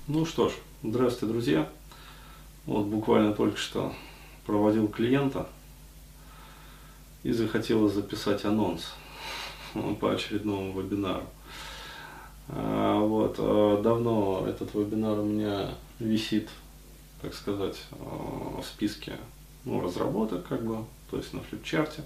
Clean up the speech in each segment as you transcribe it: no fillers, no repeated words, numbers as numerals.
Ну что ж, здравствуйте, друзья. Вот буквально только что проводил клиента и захотелось записать анонс по очередному вебинару. Давно этот вебинар у меня висит, так сказать, в списке разработок, то есть на флипчарте.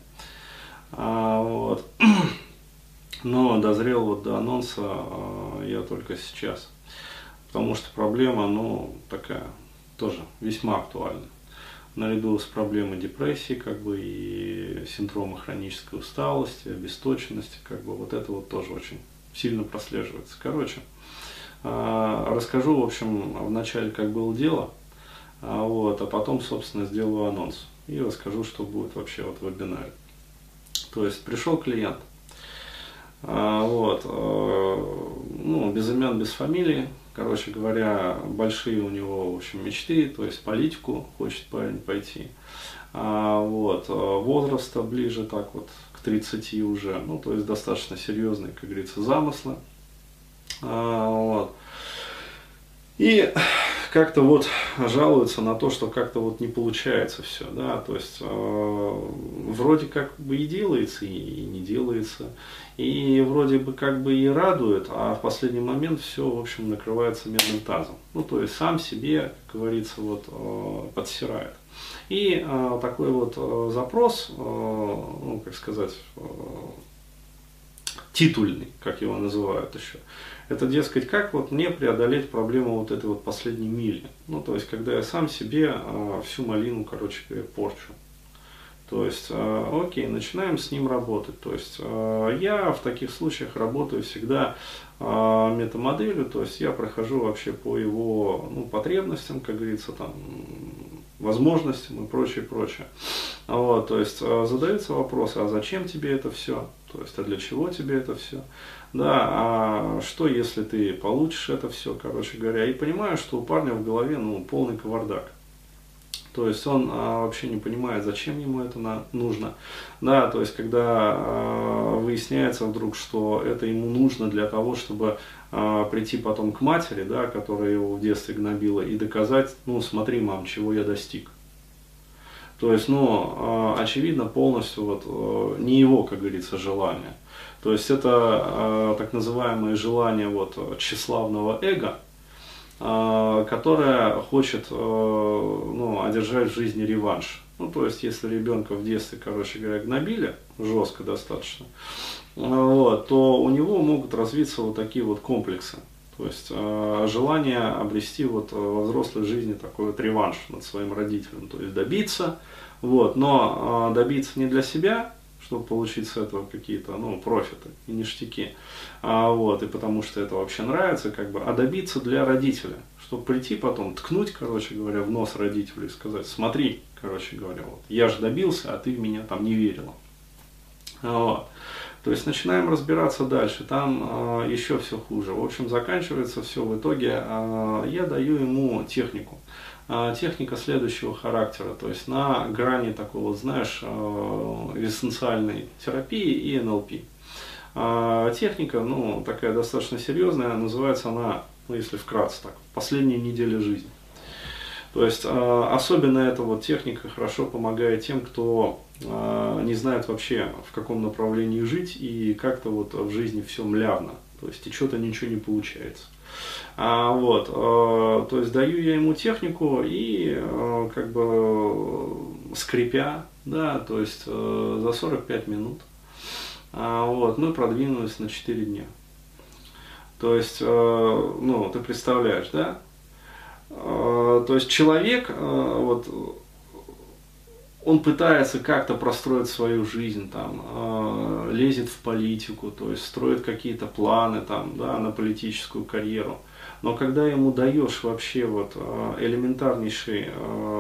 Но дозрел вот до анонса я только сейчас. Потому что проблема, такая, тоже весьма актуальна. Наряду с проблемой депрессии, и синдрома хронической усталости, обесточенности, вот это вот тоже очень сильно прослеживается. Расскажу, в общем, вначале, как было дело, а потом, собственно, сделаю анонс и расскажу, что будет вообще в вебинаре. То есть пришел клиент, без имен, без фамилии, большие у него, в общем, мечты, то есть политику хочет парень пойти, возраста ближе к 30 уже, то есть достаточно серьезные, как говорится, замыслы, и как-то жалуются на то, что как-то не получается все, да, то есть вроде как бы и делается, и не делается, и вроде бы и радует, а в последний момент все, в общем, накрывается медным тазом, то есть сам себе, как говорится, подсирает. И такой запрос, титульный, как его называют еще, это, дескать, как мне преодолеть проблему этой последней мили. То есть, когда я сам себе всю малину, порчу. То есть, окей, начинаем с ним работать. То есть, я в таких случаях работаю всегда метамоделью, то есть, я прохожу вообще по его потребностям, как говорится, возможностям и прочее, прочее. То есть, задаются вопросы, а зачем тебе это все? То есть, а для чего тебе это все? Да, а что если ты получишь это все, и понимаю, что у парня в голове, полный кавардак. То есть, он вообще не понимает, зачем ему это нужно. Да, то есть, когда выясняется вдруг, что это ему нужно для того, чтобы прийти потом к матери, да, которая его в детстве гнобила, и доказать, смотри, мам, чего я достиг. То есть, очевидно, полностью не его, как говорится, желание. То есть, это так называемое желание тщеславного эго, которое хочет одержать в жизни реванш. То есть, если ребенка в детстве, гнобили, жестко достаточно, то у него могут развиться такие комплексы. То есть, желание обрести во взрослой жизни такой реванш над своим родителем, то есть добиться, но добиться не для себя, чтобы получить с этого какие-то профиты и ништяки, и потому что это вообще нравится, а добиться для родителя, чтобы прийти потом, ткнуть, в нос родителю и сказать: смотри, я же добился, а ты в меня не верила. То есть начинаем разбираться дальше, там еще все хуже. В общем, заканчивается все в итоге, я даю ему технику. Техника следующего характера, то есть на грани такого, экзистенциальной терапии и НЛП. Техника, такая достаточно серьезная, называется она, если вкратце так, «Последняя неделя жизни». То есть, особенно эта техника хорошо помогает тем, кто не знает вообще, в каком направлении жить, и как-то в жизни все млявно, то есть, и что-то ничего не получается. То есть, даю я ему технику и, скрипя, да, то есть, за 45 минут, мы продвинулись на 4 дня. То есть, ты представляешь, да? То есть человек, он пытается как-то простроить свою жизнь, лезет в политику, то есть строит какие-то планы на политическую карьеру. Но когда ему даешь вообще элементарнейшее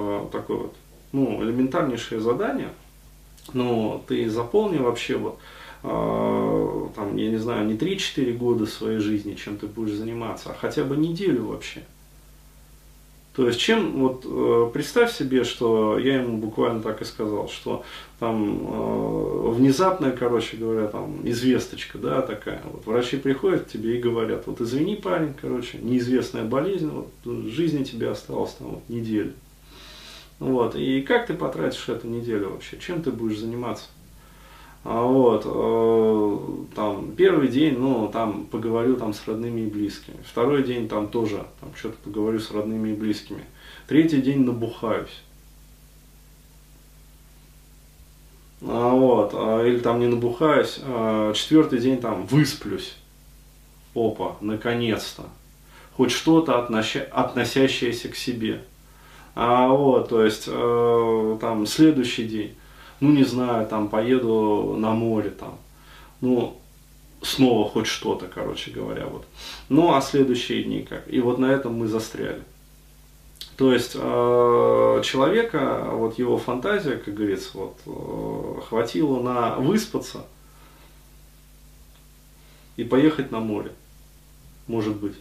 задание, ты заполни вообще я не знаю, не 3-4 года своей жизни, чем ты будешь заниматься, а хотя бы неделю вообще. То есть, чем, вот, представь себе, что я ему буквально так и сказал, что там внезапная, короче говоря, там известочка, да, такая, вот, врачи приходят к тебе и говорят, вот, извини, парень, короче, неизвестная болезнь, вот, жизни тебе осталось там вот неделю. Вот, и как ты потратишь эту неделю вообще, чем ты будешь заниматься? Вот, там, первый день, ну, там, поговорю там с родными и близкими. Второй день там тоже, там, что-то поговорю с родными и близкими. Третий день набухаюсь. Вот, или там не набухаюсь. Четвертый день там высплюсь. Опа, наконец-то. Хоть что-то относящееся к себе. Вот, то есть, там, следующий день. Ну, не знаю, там, поеду на море, там, ну, снова хоть что-то, короче говоря, вот. Ну, а следующие дни как? И вот на этом мы застряли. То есть, человека, вот его фантазия, как говорится, вот, хватило на выспаться и поехать на море, может быть.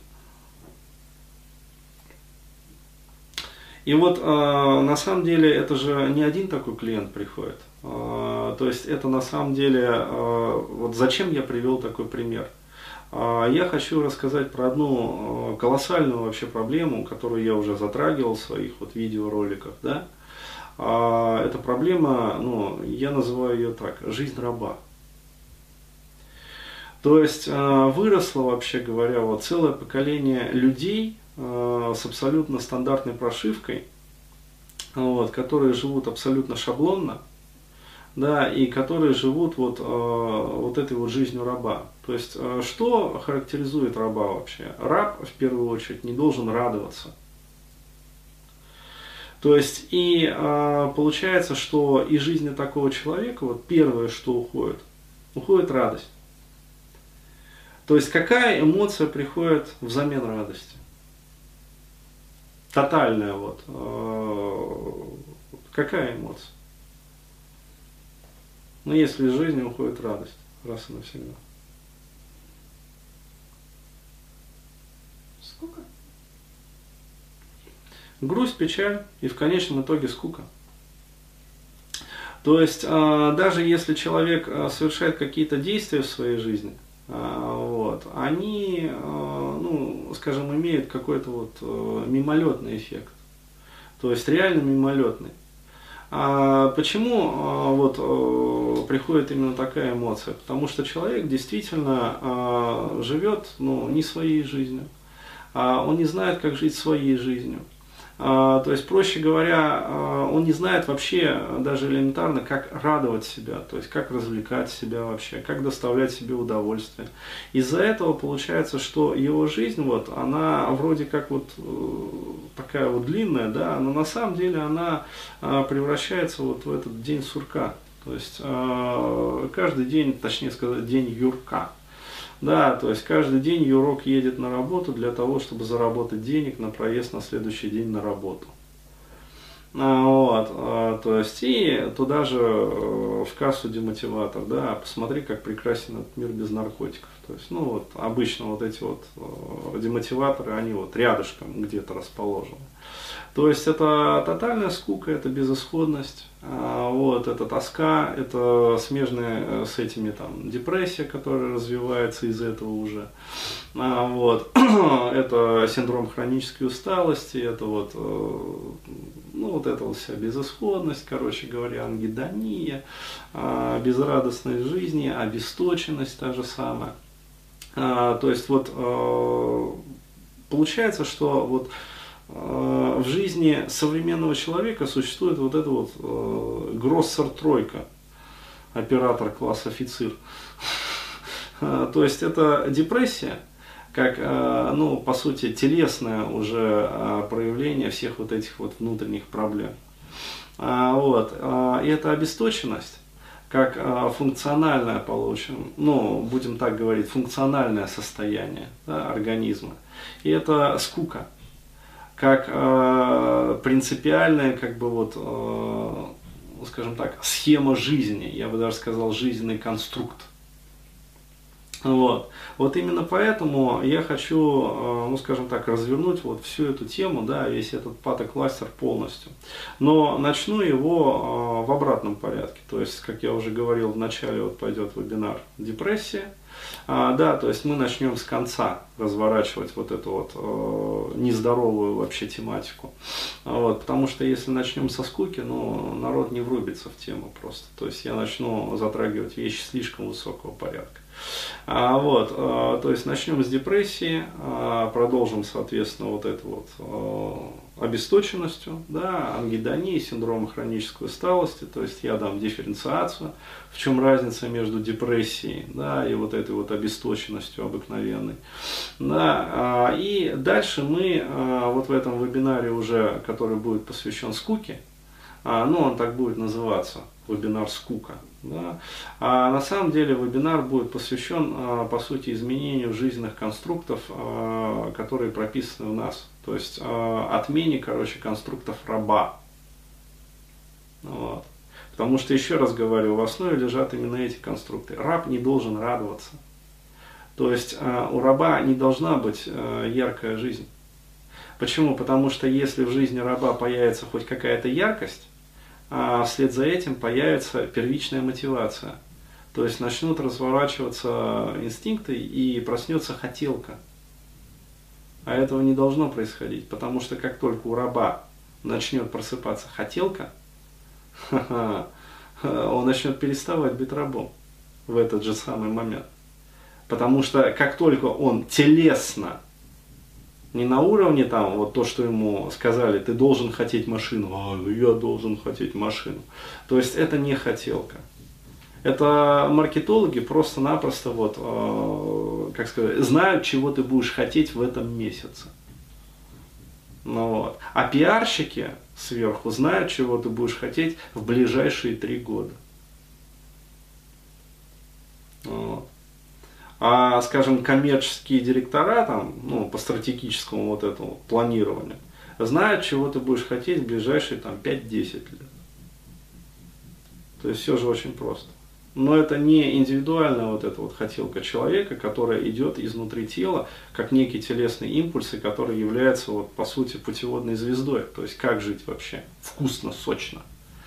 И вот на самом деле это же не один такой клиент приходит. То есть это на самом деле, вот зачем я привел такой пример. Я хочу рассказать про одну колоссальную вообще проблему, которую я уже затрагивал в своих вот видеороликах. Да? Эта проблема, ну, я называю ее так, жизнь раба. То есть выросло, вообще говоря, вот целое поколение людей, с абсолютно стандартной прошивкой, вот, которые живут абсолютно шаблонно, да, и которые живут вот, вот этой вот жизнью раба. То есть, что характеризует раба вообще? Раб, в первую очередь, не должен радоваться. То есть, и получается, что из жизни такого человека, вот первое, что уходит радость. То есть, какая эмоция приходит взамен радости? Тотальная вот. Какая эмоция? Ну, если из жизни уходит радость, раз и навсегда. Скука? Грусть, печаль и в конечном итоге скука. То есть, даже если человек совершает какие-то действия в своей жизни, вот, они, ну, скажем, имеют какой-то вот мимолетный эффект. То есть реально мимолетный. Почему вот приходит именно такая эмоция? Потому что человек действительно живет, ну, не своей жизнью. Он не знает, как жить своей жизнью. То есть, проще говоря, он не знает вообще даже элементарно, как радовать себя, то есть, как развлекать себя вообще, как доставлять себе удовольствие. Из-за этого получается, что его жизнь, вот, она вроде как вот такая вот длинная, да, но на самом деле она превращается вот в этот день сурка. То есть, каждый день, точнее сказать, день юрка. Да, то есть каждый день Юрок едет на работу для того, чтобы заработать денег на проезд на следующий день на работу. Вот, то есть и туда же в кассу демотиватор, да, посмотри, как прекрасен этот мир без наркотиков. То есть, ну вот обычно вот эти вот демотиваторы, они вот рядышком где-то расположены. То есть это тотальная скука, это безысходность, вот, это тоска, это смежная с этими там депрессия, которая развивается из этого уже. Вот. Это синдром хронической усталости, это вот, ну, вот это вот вся безысходность, короче говоря, ангидония, безрадостность жизни, обесточенность та же самая. То есть вот получается, что вот в жизни современного человека существует вот эта вот Гроссер-тройка, оператор класс офицер. То есть это депрессия, как, ну, по сути, телесное уже проявление всех вот этих вот внутренних проблем. Вот. И это обесточенность, как функциональное, получим, ну, будем так говорить, функциональное состояние, да, организма. И это скука, как принципиальная, как бы вот, скажем так, схема жизни, я бы даже сказал, жизненный конструкт. Вот именно поэтому я хочу, ну скажем так, развернуть вот всю эту тему, да, весь этот пата-кластер полностью. Но начну его в обратном порядке. То есть, как я уже говорил, вначале вот пойдет вебинар депрессия. Да, то есть мы начнем с конца разворачивать вот эту вот нездоровую вообще тематику. Потому что если начнем со скуки, ну, народ не врубится в тему просто. То есть я начну затрагивать вещи слишком высокого порядка. То есть начнем с депрессии, продолжим, соответственно, вот эту вот обесточенностью, да, ангидонии, синдромом хронической усталости, то есть я дам дифференциацию, в чем разница между депрессией, да, и вот этой вот обесточенностью обыкновенной. Да, и дальше мы вот в этом вебинаре уже, который будет посвящен скуке, ну, он так будет называться, вебинар «Скука». Да? А на самом деле вебинар будет посвящен, по сути, изменению жизненных конструктов, которые прописаны у нас. То есть отмене, конструктов раба. Вот. Потому что, еще раз говорю, в основе лежат именно эти конструкты. Раб не должен радоваться. То есть у раба не должна быть яркая жизнь. Почему? Потому что если в жизни раба появится хоть какая-то яркость, вслед за этим появится первичная мотивация. То есть начнут разворачиваться инстинкты и проснется хотелка. А этого не должно происходить, потому что как только у раба начнет просыпаться хотелка, он начнет переставать быть рабом в этот же самый момент. Потому что как только он телесно, не на уровне там, вот то, что ему сказали, ты должен хотеть машину, я должен хотеть машину. То есть это не хотелка. Это маркетологи просто-напросто вот, как сказать, знают, чего ты будешь хотеть в этом месяце. А пиарщики сверху знают, чего ты будешь хотеть в ближайшие 3 года. А, скажем, коммерческие директора там, ну, по стратегическому вот этому планированию знают, чего ты будешь хотеть в ближайшие там 5-10 лет. То есть все же очень просто. Но это не индивидуальная вот эта вот хотелка человека, которая идет изнутри тела, как некий телесный импульс, который является вот, по сути, путеводной звездой. То есть как жить вообще вкусно, сочно.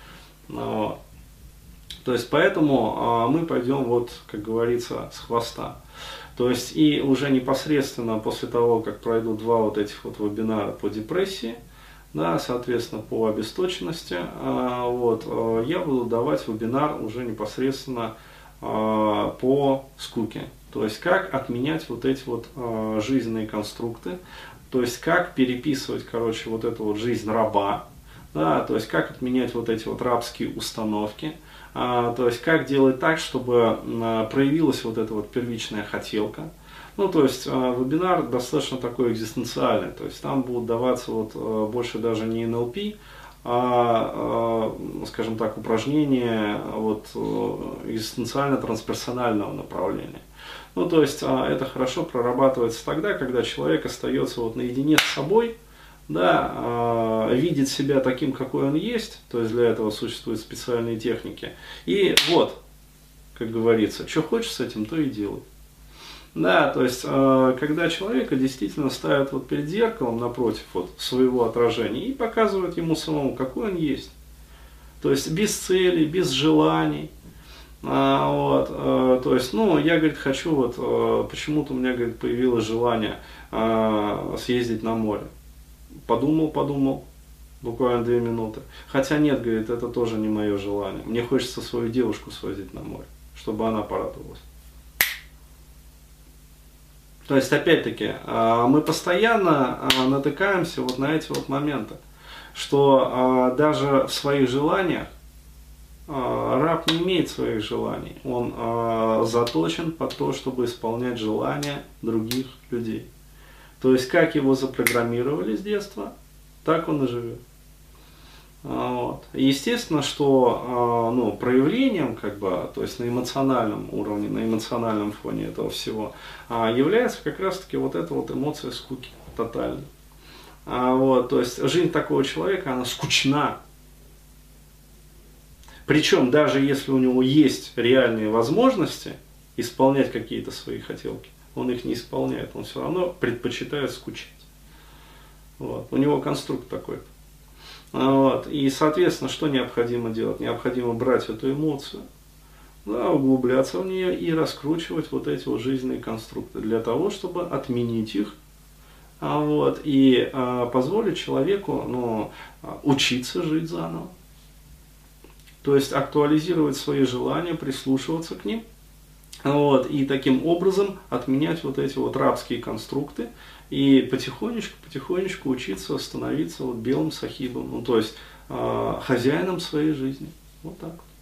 То есть поэтому мы пойдем, вот, как говорится, с хвоста. То есть и уже непосредственно после того, как пройдут 2 вот этих вот вебинара по депрессии, да, соответственно, по обесточенности, я буду давать вебинар уже непосредственно по скуке. То есть как отменять вот эти вот жизненные конструкты, то есть как переписывать, вот эту вот жизнь раба, да, то есть как отменять вот эти вот рабские установки, то есть как делать так, чтобы проявилась вот эта вот первичная хотелка. Ну, то есть вебинар достаточно такой экзистенциальный, то есть там будут даваться вот больше даже не НЛП, скажем так, упражнения вот экзистенциально-трансперсонального направления. Ну, то есть это хорошо прорабатывается тогда, когда человек остается вот наедине с собой, да, видит себя таким, какой он есть, то есть для этого существуют специальные техники. И вот, как говорится, что хочешь с этим, то и делай. Да, то есть, когда человека действительно ставят вот перед зеркалом напротив вот своего отражения и показывают ему самому, какой он есть. То есть, без целей, без желаний. То есть, ну, я, говорит, хочу вот, почему-то у меня, говорит, появилось желание съездить на море. Подумал, буквально 2 минуты. Хотя нет, говорит, это тоже не мое желание. Мне хочется свою девушку свозить на море, чтобы она порадовалась. То есть, опять-таки, мы постоянно натыкаемся вот на эти вот моменты, что даже в своих желаниях раб не имеет своих желаний. Он заточен под то, чтобы исполнять желания других людей. То есть, как его запрограммировали с детства, так он и живет. Естественно, что проявлением, то есть на эмоциональном уровне, на эмоциональном фоне этого всего, является как раз-таки вот эта вот эмоция скуки тотальной. То есть жизнь такого человека, она скучна. Причем даже если у него есть реальные возможности исполнять какие-то свои хотелки. Он их не исполняет, он все равно предпочитает скучать. Вот. У него конструкт такой. Вот. И, соответственно, что необходимо делать? Необходимо брать эту эмоцию, да, углубляться в нее и раскручивать вот эти вот жизненные конструкты для того, чтобы отменить их, вот, и позволить человеку, ну, учиться жить заново. То есть актуализировать свои желания, прислушиваться к ним, вот, и таким образом отменять вот эти вот рабские конструкты и потихонечку учиться становиться вот белым сахибом, ну, то есть хозяином своей жизни. Вот так вот.